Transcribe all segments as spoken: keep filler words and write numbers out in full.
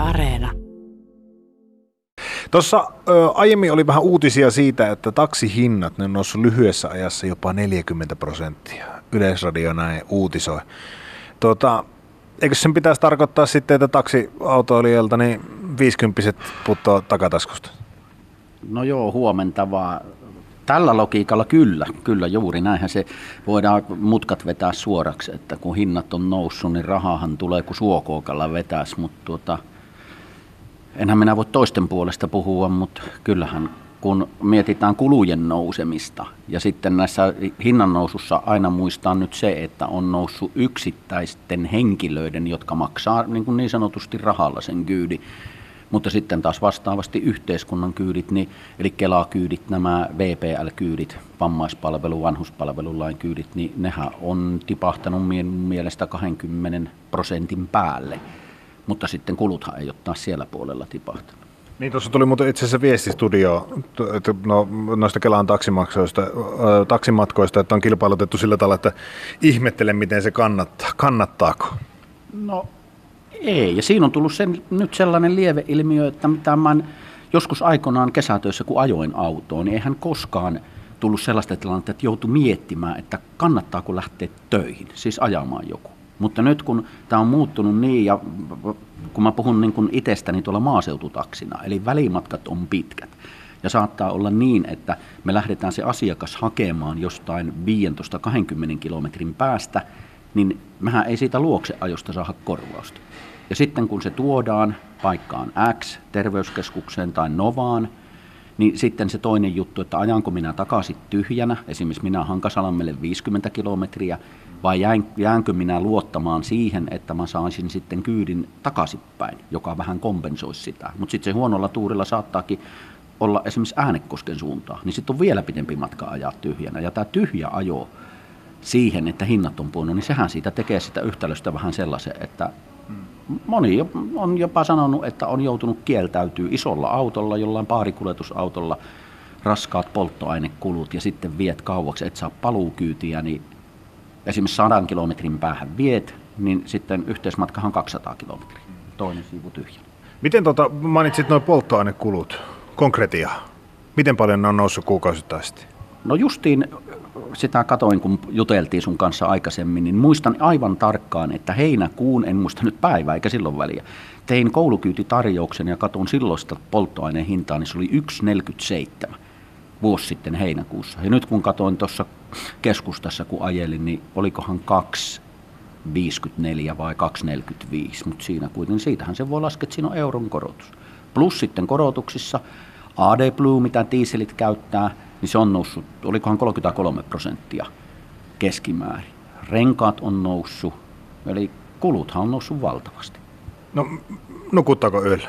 Areena. Tuossa ö, aiemmin oli vähän uutisia siitä, että taksihinnat ne on noussut lyhyessä ajassa jopa neljäkymmentä prosenttia. Yleisradio näin uutisoi. Tuota, eikö sen pitäisi tarkoittaa sitten, että taksiautoilijoilta niin viisikymppiset puttoo takataskusta? No joo, huomenta vaan. Tällä logiikalla kyllä, kyllä juuri näinhän se voidaan mutkat vetää suoraksi, että kun hinnat on noussut, niin rahahan tulee kuin suokookalla vetäisi, mutta tuota, enhän minä voi toisten puolesta puhua, mutta kyllähän kun mietitään kulujen nousemista ja sitten näissä hinnan nousussa aina muistaa nyt se, että on noussut yksittäisten henkilöiden, jotka maksaa niin, kuin niin sanotusti rahalla sen kyydin. Mutta sitten taas vastaavasti yhteiskunnan kyydit, niin, eli Kela-kyydit, nämä V P L-kyydit, vammaispalvelu, vanhuspalvelulain kyydit, niin nehän on tipahtanut mielestä kaksikymmentä prosentin päälle. Mutta sitten kuluthan ei ole taas siellä puolella tipahtanut. Niin tuossa tuli muuten itse asiassa viestistudioon no, noista Kelan taksimaksuista, äh, taksimatkoista, että on kilpailutettu sillä tavalla, että ihmettelen miten se kannattaa. Kannattaako? No ei, ja siinä on tullut sen, nyt sellainen lieveilmiö, että mitä mä joskus aikoinaan kesätöissä kun ajoin autoon, niin eihän koskaan tullut sellaista tilannetta, että joutui miettimään, että kannattaako lähteä töihin, siis ajamaan joku. Mutta nyt kun tämä on muuttunut niin, ja kun mä puhun niin kuin itsestäni tuolla maaseututaksina, eli välimatkat on pitkät, ja saattaa olla niin, että me lähdetään se asiakas hakemaan jostain viisitoista kaksikymmentä kilometrin päästä, niin mehän ei siitä luokseajosta saada korvausta. Ja sitten kun se tuodaan paikkaan X, terveyskeskukseen tai Novaan, niin sitten se toinen juttu, että ajanko minä takaisin tyhjänä, esimerkiksi minä Hankasalammelle viisikymmentä kilometriä, vai jäänkö minä luottamaan siihen, että mä saisin sitten kyydin takaisinpäin, joka vähän kompensoisi sitä. Mutta sitten se huonolla tuurilla saattaakin olla esimerkiksi Äänekosken suuntaan, niin sitten on vielä pidempi matka ajaa tyhjänä. Ja tämä tyhjä ajo siihen, että hinnat on puhunut, niin sehän siitä tekee sitä yhtälöstä vähän sellaisen, että moni on jopa sanonut, että on joutunut kieltäytyä isolla autolla, jollain paarikuljetusautolla, raskaat polttoainekulut ja sitten viet kauaksi, et saa paluukyytiä, niin esimerkiksi sadan kilometrin päähän viet, niin sitten yhteismatkahan kaksisataa kilometriä, toinen siivu tyhjä. Miten tota, mainitsit nuo polttoainekulut, konkretia, miten paljon ne on noussut kuukausittaisesti? No justiin sitä katoin, kun juteltiin sun kanssa aikaisemmin, niin muistan aivan tarkkaan, että heinäkuun, en muista nyt päivää eikä silloin väliä, tein koulukyytitarjouksen ja katon silloista polttoaineen hintaa, niin se oli yksi pilkku neljäkymmentäseitsemän vuosi sitten heinäkuussa. Ja nyt kun katoin tuossa keskustassa, kun ajelin, niin olikohan kaksi pilkku viisikymmentäneljä vai kaksi pilkku neljäkymmentäviisi, mutta siinä kuitenkin, siitähän se voi laskea, että siinä on euron korotus. Plus sitten korotuksissa A D Blue, mitä dieselit käyttää, niin se on noussut, olikohan kolmekymmentäkolme prosenttia keskimäärin. Renkaat on noussut, eli kuluthan on noussut valtavasti. No, nukuttaako yöllä?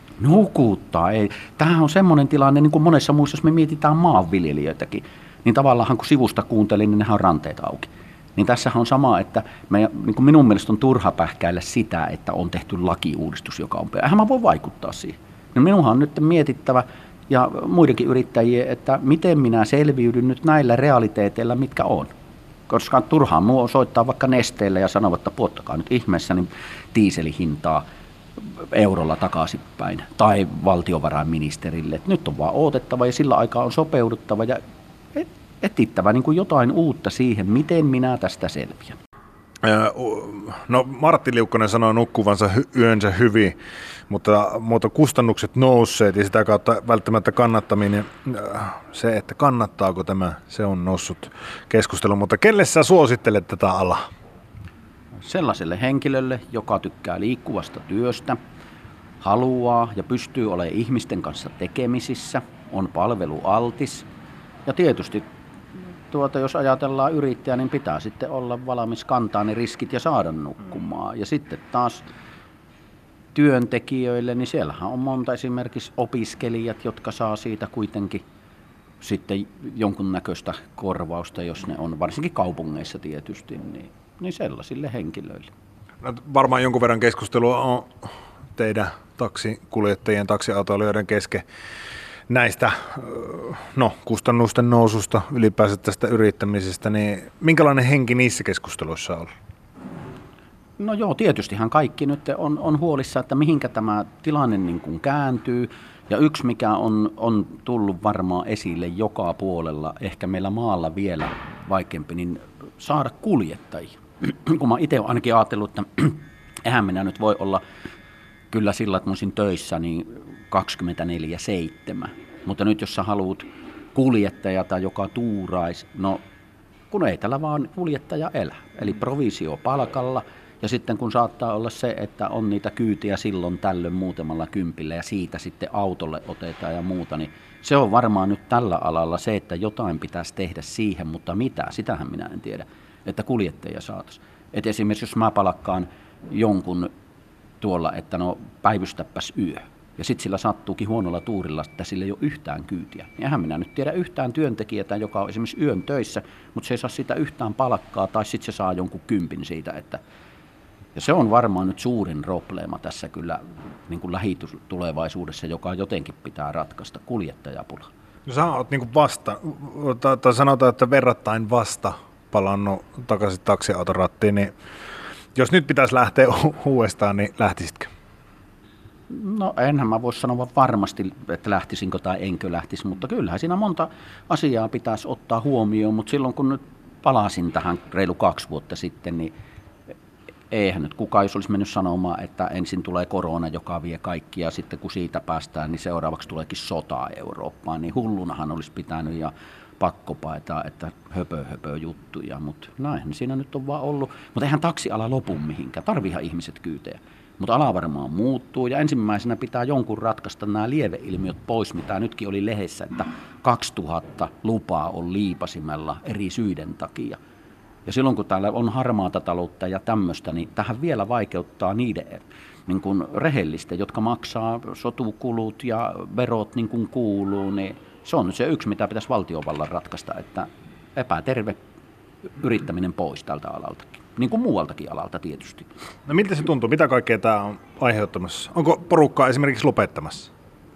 Nukuttaa, ei. Tämähän on semmoinen tilanne, niin kuin monessa muissa, jos me mietitään maanviljelijöitäkin, niin tavallaan kun sivusta kuuntelin, niin nehän on ranteet auki. Niin tässähän on sama, että me, niin kuin minun mielestä on turha pähkäillä sitä, että on tehty lakiuudistus, joka on... Eihän mä voi vaikuttaa siihen. No minunhan on nyt mietittävä, ja muidenkin yrittäjien, että miten minä selviydyn nyt näillä realiteeteilla, mitkä on. Koska turhaan minua soittaa vaikka Nesteelle ja sanoo, että puottakaa nyt ihmeessä niin dieselihintaa eurolla takaisinpäin. Tai valtiovarainministerille, että nyt on vaan odotettava ja sillä aikaa on sopeuduttava ja etsittävä niin kuin jotain uutta siihen, miten minä tästä selviän. No Martti Liukkonen sanoi nukkuvansa yönsä hyvin, mutta, mutta kustannukset nousseet ja sitä kautta välttämättä kannattaminen, se, että kannattaako tämä, se on noussut keskustelu. Mutta kelle sä suosittelet tätä alaa? Sellaiselle henkilölle, joka tykkää liikkuvasta työstä, haluaa ja pystyy olemaan ihmisten kanssa tekemisissä, on palvelualtis ja tietysti Tuota, jos ajatellaan yrittäjää, niin pitää sitten olla valmis kantaa ne riskit ja saada nukkumaan. Ja sitten taas työntekijöille, niin siellähän on monta esimerkiksi opiskelijat, jotka saa siitä kuitenkin sitten jonkunnäköistä korvausta, jos ne on, varsinkin kaupungeissa tietysti, niin, niin sellaisille henkilöille. No, varmaan jonkun verran keskustelua on teidän taksikuljettajien, taksiautoilijoiden kesken näistä no, kustannusten noususta, ylipäänsä tästä yrittämisestä, niin minkälainen henki niissä keskusteluissa on? No joo, tietystihan kaikki nyt on, on huolissa, että mihinkä tämä tilanne niin kuin kääntyy. Ja yksi, mikä on, on tullut varmaan esille joka puolella, ehkä meillä maalla vielä vaikeampi, niin saada kuljettajia. Kun mä itse olen ainakin ajatellut, että eihän minä nyt voi olla kyllä sillä, että mä olisin töissä niin kaksikymmentäneljä seitsemän. Mutta nyt jos sä haluat kuljettajata, joka tuuraisi, no kun ei tällä vaan kuljettaja elä. Eli provisio palkalla. Ja sitten kun saattaa olla se, että on niitä kyytiä silloin tällöin muutamalla kympillä ja siitä sitten autolle otetaan ja muuta, niin se on varmaan nyt tällä alalla se, että jotain pitäisi tehdä siihen, mutta mitä, sitähän minä en tiedä, että kuljettajia saataisiin. Että esimerkiksi jos mä palakkaan jonkun tuolla, että no päivystäpäs yö, ja sitten sillä sattuukin huonolla tuurilla, että sillä ei ole yhtään kyytiä. Niin eihän minä nyt tiedä yhtään työntekijää, joka on esimerkiksi yön töissä, mutta se ei saa sitä yhtään palkkaa, tai sitten se saa jonkun kympin siitä, että ja se on varmaan nyt suurin probleema tässä kyllä niin kuin lähitulevaisuudessa, joka jotenkin pitää ratkaista, kuljettajapula. No sä oot niin kuin vasta, tai sanotaan, että verrattain vasta palannut takaisin taksiauton rattiin, niin jos nyt pitäisi lähteä uudestaan, niin lähtisitkö? No enhän mä voi sanoa varmasti, että lähtisinkö tai enkö lähtisi, mutta kyllähän siinä monta asiaa pitäisi ottaa huomioon, mutta silloin kun nyt palasin tähän reilu kaksi vuotta sitten, niin eihän nyt kukaan, jos olisi mennyt sanomaan, että ensin tulee korona, joka vie kaikkia, ja sitten kun siitä päästään, niin seuraavaksi tuleekin sota Eurooppaan, niin hullunahan olisi pitänyt ja pakkopaitaa, että höpö höpö juttuja, mutta näinhän siinä nyt on vaan ollut. Mutta eihän taksiala lopu mihinkään, tarviihan ihmiset kyytejä. Mutta ala varmaan muuttuu, ja ensimmäisenä pitää jonkun ratkaista nämä lieveilmiöt pois, mitä nytkin oli lehdessä, että kaksituhatta lupaa on liipasimella eri syiden takia. Ja silloin kun täällä on harmaata taloutta ja tämmöistä, niin tähän vielä vaikeuttaa niiden niin kuin rehellisten, jotka maksaa sotukulut ja verot niin kuin kuuluu, niin se on nyt se yksi, mitä pitäisi valtiovallan ratkaista, että epäterve yrittäminen pois tältä alaltakin, niin kuin muualtakin alalta tietysti. No miltä se tuntuu? Mitä kaikkea tämä on aiheuttamassa? Onko porukkaa esimerkiksi lopettamassa?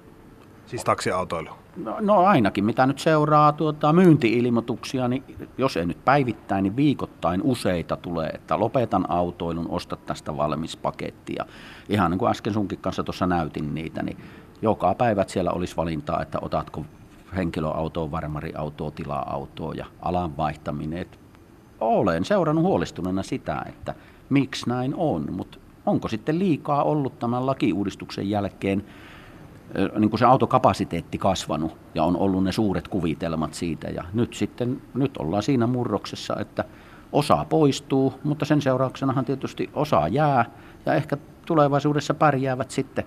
Siis taksiautoilu? No, no ainakin, mitä nyt seuraa tuota, myynti-ilmoituksia, niin jos ei nyt päivittäin, niin viikoittain useita tulee, että lopetan autoilun, ostat tästä valmis pakettia. Ihan niin kuin äsken sunkin kanssa tuossa näytin niitä, niin joka päivät siellä olisi valintaa, että otatko henkilöautoa, varmariautoa, tila-autoa ja alan vaihtaminen. Et olen seurannut huolestuneena sitä, että miksi näin on, mutta onko sitten liikaa ollut tämän lakiuudistuksen jälkeen niin kuin se autokapasiteetti kasvanut ja on ollut ne suuret kuvitelmat siitä ja nyt sitten nyt ollaan siinä murroksessa, että osa poistuu, mutta sen seurauksenahan tietysti osa jää ja ehkä tulevaisuudessa pärjäävät sitten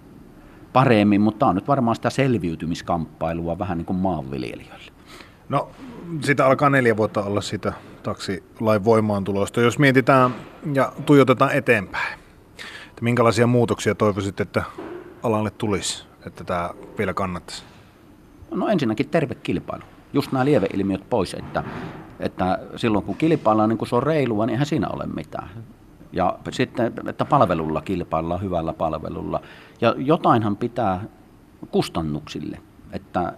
paremmin, mutta tämä on nyt varmaan sitä selviytymiskamppailua vähän niin kuin maanviljelijöille. No sitä alkaa neljä vuotta olla sitä taksilain voimaantulosta. Jos mietitään ja tuijotetaan eteenpäin, että minkälaisia muutoksia toivoisit, että alalle tulisi, että tämä vielä kannattaisi? No ensinnäkin terve kilpailu. Just nämä lieveilmiöt pois, että, että silloin kun kilpaillaan, niin kun se on reilua, niin eihän siinä ole mitään. Ja sitten, että palvelulla kilpaillaan hyvällä palvelulla. Ja jotainhan pitää kustannuksille, että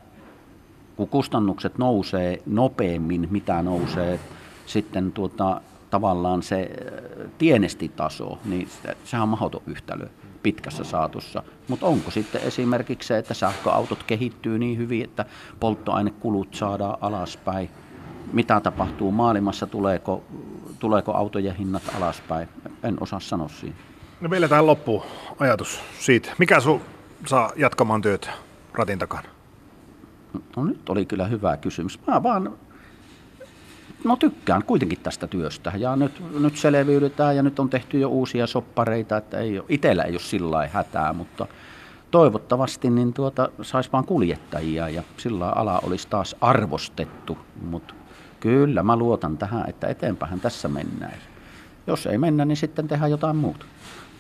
kun kustannukset nousee nopeammin, mitä nousee sitten tuota, tavallaan se tienestitaso, niin sehän on mahdoton yhtälö pitkässä saatossa. Mutta onko sitten esimerkiksi se, että sähköautot kehittyy niin hyvin, että polttoainekulut saadaan alaspäin? Mitä tapahtuu maailmassa? Tuleeko, tuleeko autojen hinnat alaspäin? En osaa sanoa siinä. No vielä tähän loppuun ajatus siitä. Mikä sun saa jatkamaan työtä ratin takana? No nyt oli kyllä hyvä kysymys. Mä vaan no tykkään kuitenkin tästä työstä ja nyt, nyt selviydytään ja nyt on tehty jo uusia soppareita, että ei ole, itsellä ei ole sillä lailla hätää, mutta toivottavasti niin tuota, saisi vaan kuljettajia ja sillä ala olisi taas arvostettu, mutta kyllä mä luotan tähän, että eteenpäin tässä mennään. Jos ei mennä, niin sitten tehdään jotain muuta.